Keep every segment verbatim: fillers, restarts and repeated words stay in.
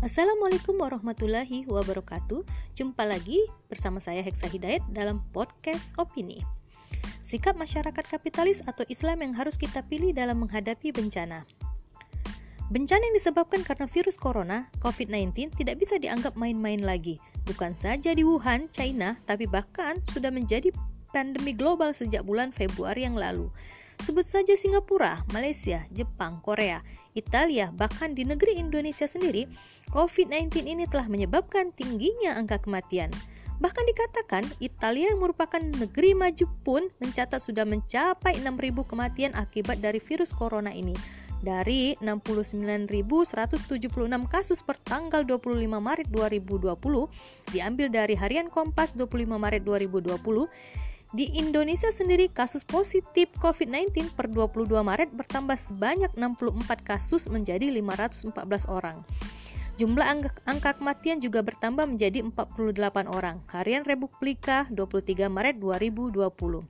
Assalamualaikum warahmatullahi wabarakatuh. Jumpa lagi bersama saya Heksa Hidayat dalam podcast Opini. Sikap masyarakat kapitalis atau Islam yang harus kita pilih dalam menghadapi bencana. Bencana yang disebabkan karena virus corona, covid sembilan belas, tidak bisa dianggap main-main lagi. Bukan saja di Wuhan, China, tapi bahkan sudah menjadi pandemi global sejak bulan Februari yang lalu. Sebut saja Singapura, Malaysia, Jepang, Korea, Italia, bahkan di negeri Indonesia sendiri, covid sembilan belas ini telah menyebabkan tingginya angka kematian. Bahkan dikatakan, Italia yang merupakan negeri maju pun mencatat sudah mencapai enam ribu kematian akibat dari virus corona ini. Dari enam puluh sembilan ribu seratus tujuh puluh enam kasus per tanggal dua puluh lima Maret dua ribu dua puluh, diambil dari Harian Kompas dua puluh lima Maret dua ribu dua puluh, di Indonesia sendiri kasus positif covid sembilan belas per dua puluh dua Maret bertambah sebanyak enam puluh empat kasus menjadi lima ratus empat belas orang. Jumlah angka, angka kematian juga bertambah menjadi empat puluh delapan orang. Harian Republika dua puluh tiga Maret dua ribu dua puluh.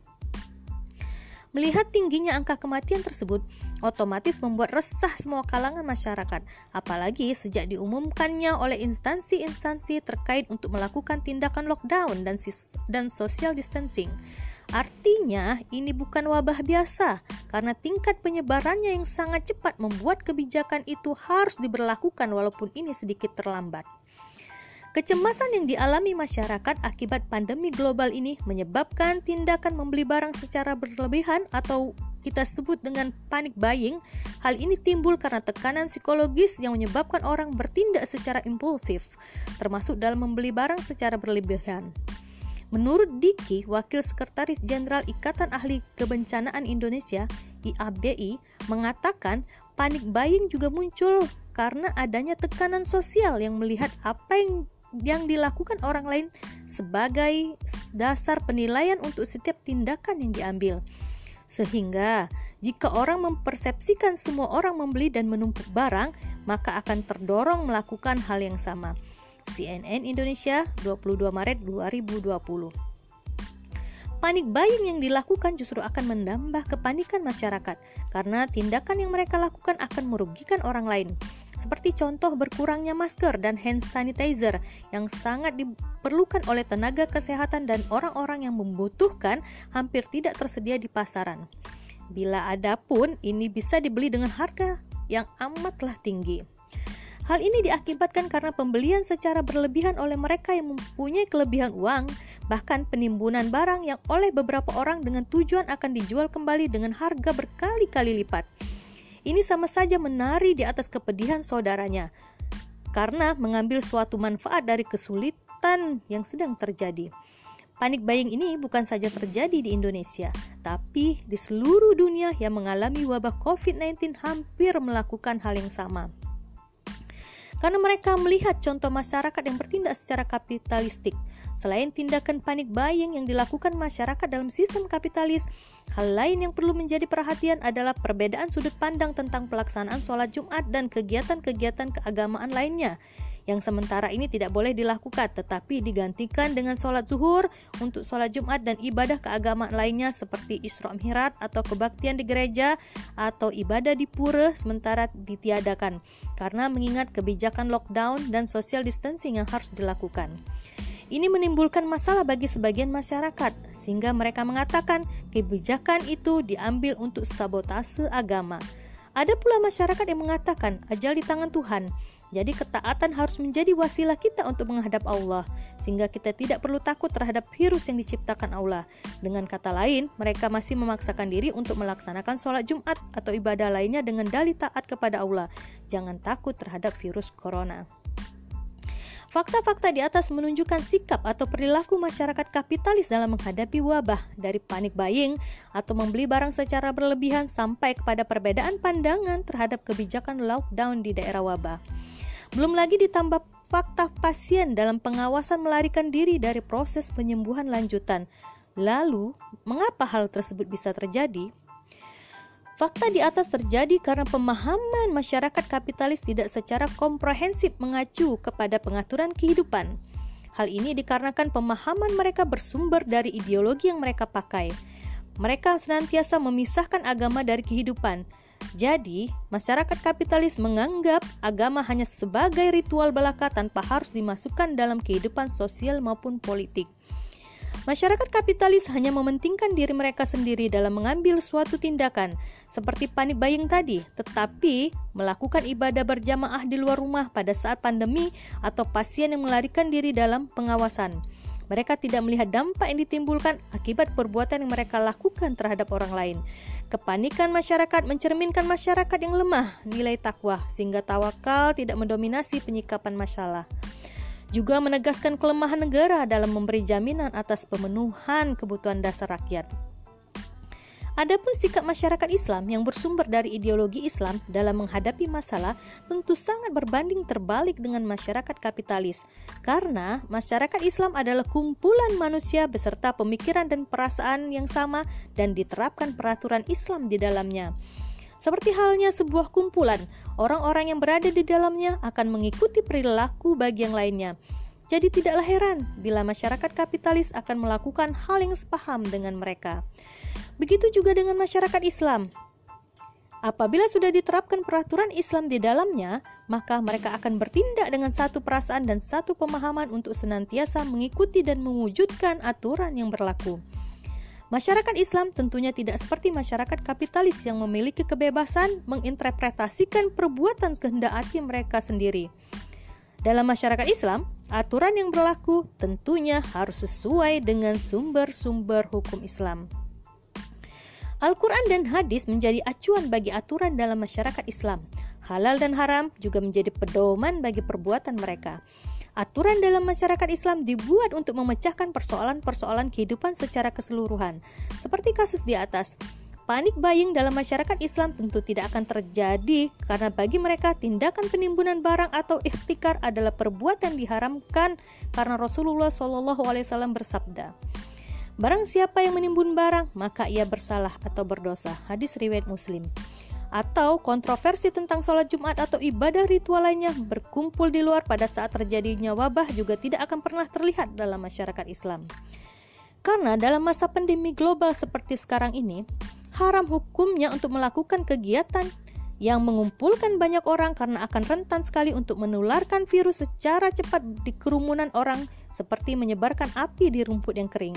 Melihat tingginya angka kematian tersebut, otomatis membuat resah semua kalangan masyarakat, apalagi sejak diumumkannya oleh instansi-instansi terkait untuk melakukan tindakan lockdown dan, sis- dan social distancing. Artinya, ini bukan wabah biasa, karena tingkat penyebarannya yang sangat cepat membuat kebijakan itu harus diberlakukan walaupun ini sedikit terlambat. Kecemasan yang dialami masyarakat akibat pandemi global ini menyebabkan tindakan membeli barang secara berlebihan atau kita sebut dengan panic buying. Hal ini timbul karena tekanan psikologis yang menyebabkan orang bertindak secara impulsif, termasuk dalam membeli barang secara berlebihan. Menurut Diki, Wakil Sekretaris Jenderal Ikatan Ahli Kebencanaan Indonesia I A B I, mengatakan panic buying juga muncul karena adanya tekanan sosial yang melihat apa yang yang dilakukan orang lain sebagai dasar penilaian untuk setiap tindakan yang diambil. Sehingga jika orang mempersepsikan semua orang membeli dan menumpuk barang, maka akan terdorong melakukan hal yang sama. C N N Indonesia dua puluh dua Maret dua ribu dua puluh. Panik buying yang dilakukan justru akan menambah kepanikan masyarakat karena tindakan yang mereka lakukan akan merugikan orang lain. Seperti contoh berkurangnya masker dan hand sanitizer yang sangat diperlukan oleh tenaga kesehatan dan orang-orang yang membutuhkan hampir tidak tersedia di pasaran. Bila ada pun, ini bisa dibeli dengan harga yang amatlah tinggi. Hal ini diakibatkan karena pembelian secara berlebihan oleh mereka yang mempunyai kelebihan uang, bahkan penimbunan barang yang oleh beberapa orang dengan tujuan akan dijual kembali dengan harga berkali-kali lipat. Ini sama saja menari di atas kepedihan saudaranya, karena mengambil suatu manfaat dari kesulitan yang sedang terjadi. Panik buying ini bukan saja terjadi di Indonesia, tapi di seluruh dunia yang mengalami wabah covid sembilan belas hampir melakukan hal yang sama. Karena mereka melihat contoh masyarakat yang bertindak secara kapitalistik. Selain tindakan panik buying yang dilakukan masyarakat dalam sistem kapitalis, hal lain yang perlu menjadi perhatian adalah perbedaan sudut pandang tentang pelaksanaan sholat Jumat dan kegiatan-kegiatan keagamaan lainnya, yang sementara ini tidak boleh dilakukan, tetapi digantikan dengan sholat zuhur untuk sholat Jumat dan ibadah keagamaan lainnya seperti Isra Mi'raj atau kebaktian di gereja atau ibadah di pura sementara ditiadakan, karena mengingat kebijakan lockdown dan social distancing yang harus dilakukan. Ini menimbulkan masalah bagi sebagian masyarakat, sehingga mereka mengatakan kebijakan itu diambil untuk sabotase agama. Ada pula masyarakat yang mengatakan ajal di tangan Tuhan, jadi ketaatan harus menjadi wasilah kita untuk menghadap Allah, sehingga kita tidak perlu takut terhadap virus yang diciptakan Allah. Dengan kata lain, mereka masih memaksakan diri untuk melaksanakan sholat Jumat atau ibadah lainnya dengan dalih taat kepada Allah. Jangan takut terhadap virus corona. Fakta-fakta di atas menunjukkan sikap atau perilaku masyarakat kapitalis dalam menghadapi wabah, dari panik buying atau membeli barang secara berlebihan sampai kepada perbedaan pandangan terhadap kebijakan lockdown di daerah wabah. Belum lagi ditambah fakta pasien dalam pengawasan melarikan diri dari proses penyembuhan lanjutan. Lalu, mengapa hal tersebut bisa terjadi? Fakta di atas terjadi karena pemahaman masyarakat kapitalis tidak secara komprehensif mengacu kepada pengaturan kehidupan. Hal ini dikarenakan pemahaman mereka bersumber dari ideologi yang mereka pakai. Mereka senantiasa memisahkan agama dari kehidupan. Jadi, masyarakat kapitalis menganggap agama hanya sebagai ritual belaka tanpa harus dimasukkan dalam kehidupan sosial maupun politik. Masyarakat kapitalis hanya mementingkan diri mereka sendiri dalam mengambil suatu tindakan, seperti panic buying tadi, tetapi melakukan ibadah berjamaah di luar rumah pada saat pandemi atau pasien yang melarikan diri dalam pengawasan. Mereka tidak melihat dampak yang ditimbulkan akibat perbuatan yang mereka lakukan terhadap orang lain. Kepanikan masyarakat mencerminkan masyarakat yang lemah nilai takwa, sehingga tawakal tidak mendominasi penyikapan masalah. Juga menegaskan kelemahan negara dalam memberi jaminan atas pemenuhan kebutuhan dasar rakyat. Adapun sikap masyarakat Islam yang bersumber dari ideologi Islam dalam menghadapi masalah tentu sangat berbanding terbalik dengan masyarakat kapitalis, karena masyarakat Islam adalah kumpulan manusia beserta pemikiran dan perasaan yang sama dan diterapkan peraturan Islam di dalamnya. Seperti halnya sebuah kumpulan, orang-orang yang berada di dalamnya akan mengikuti perilaku bagi yang lainnya. Jadi tidaklah heran bila masyarakat kapitalis akan melakukan hal yang sepaham dengan mereka. Begitu juga dengan masyarakat Islam. Apabila sudah diterapkan peraturan Islam di dalamnya, maka mereka akan bertindak dengan satu perasaan dan satu pemahaman untuk senantiasa mengikuti dan mewujudkan aturan yang berlaku. Masyarakat Islam tentunya tidak seperti masyarakat kapitalis yang memiliki kebebasan menginterpretasikan perbuatan kehendak hati mereka sendiri. Dalam masyarakat Islam, aturan yang berlaku tentunya harus sesuai dengan sumber-sumber hukum Islam. Al-Quran dan hadis menjadi acuan bagi aturan dalam masyarakat Islam. Halal dan haram juga menjadi pedoman bagi perbuatan mereka. Aturan dalam masyarakat Islam dibuat untuk memecahkan persoalan-persoalan kehidupan secara keseluruhan. Seperti kasus di atas, panic buying dalam masyarakat Islam tentu tidak akan terjadi karena bagi mereka tindakan penimbunan barang atau ihtikar adalah perbuatan diharamkan karena Rasulullah shallallahu alaihi wasallam bersabda, "Barang siapa yang menimbun barang, maka ia bersalah atau berdosa." Hadis riwayat Muslim. Atau kontroversi tentang sholat Jumat atau ibadah ritual lainnya berkumpul di luar pada saat terjadinya wabah juga tidak akan pernah terlihat dalam masyarakat Islam. Karena dalam masa pandemi global seperti sekarang ini, haram hukumnya untuk melakukan kegiatan yang mengumpulkan banyak orang karena akan rentan sekali untuk menularkan virus secara cepat di kerumunan orang seperti menyebarkan api di rumput yang kering.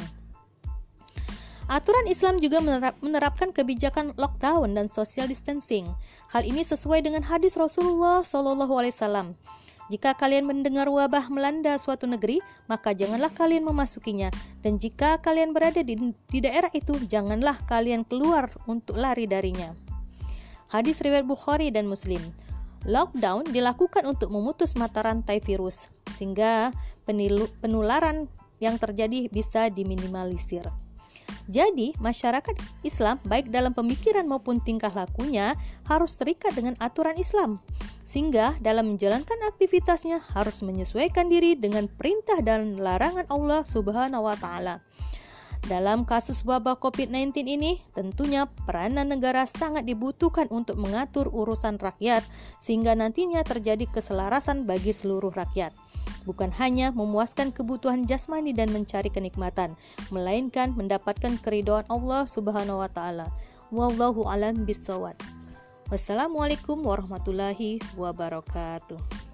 Aturan Islam juga menerap, menerapkan kebijakan lockdown dan social distancing. Hal ini sesuai dengan hadis Rasulullah shallallahu alaihi wasallam. Jika kalian mendengar wabah melanda suatu negeri, maka janganlah kalian memasukinya. Dan jika kalian berada di, di daerah itu, janganlah kalian keluar untuk lari darinya. Hadis riwayat Bukhari dan Muslim. Lockdown dilakukan untuk memutus mata rantai virus, sehingga penilu, penularan yang terjadi bisa diminimalisir. Jadi, masyarakat Islam baik dalam pemikiran maupun tingkah lakunya harus terikat dengan aturan Islam, sehingga dalam menjalankan aktivitasnya harus menyesuaikan diri dengan perintah dan larangan Allah Subhanahu wa taala. Dalam kasus wabah covid sembilan belas ini, tentunya peranan negara sangat dibutuhkan untuk mengatur urusan rakyat sehingga nantinya terjadi keselarasan bagi seluruh rakyat. Bukan hanya memuaskan kebutuhan jasmani dan mencari kenikmatan, melainkan mendapatkan keridhaan Allah Subhanahu wa taala. Wallahu a'lam bishawab. Wassalamualaikum warahmatullahi wabarakatuh.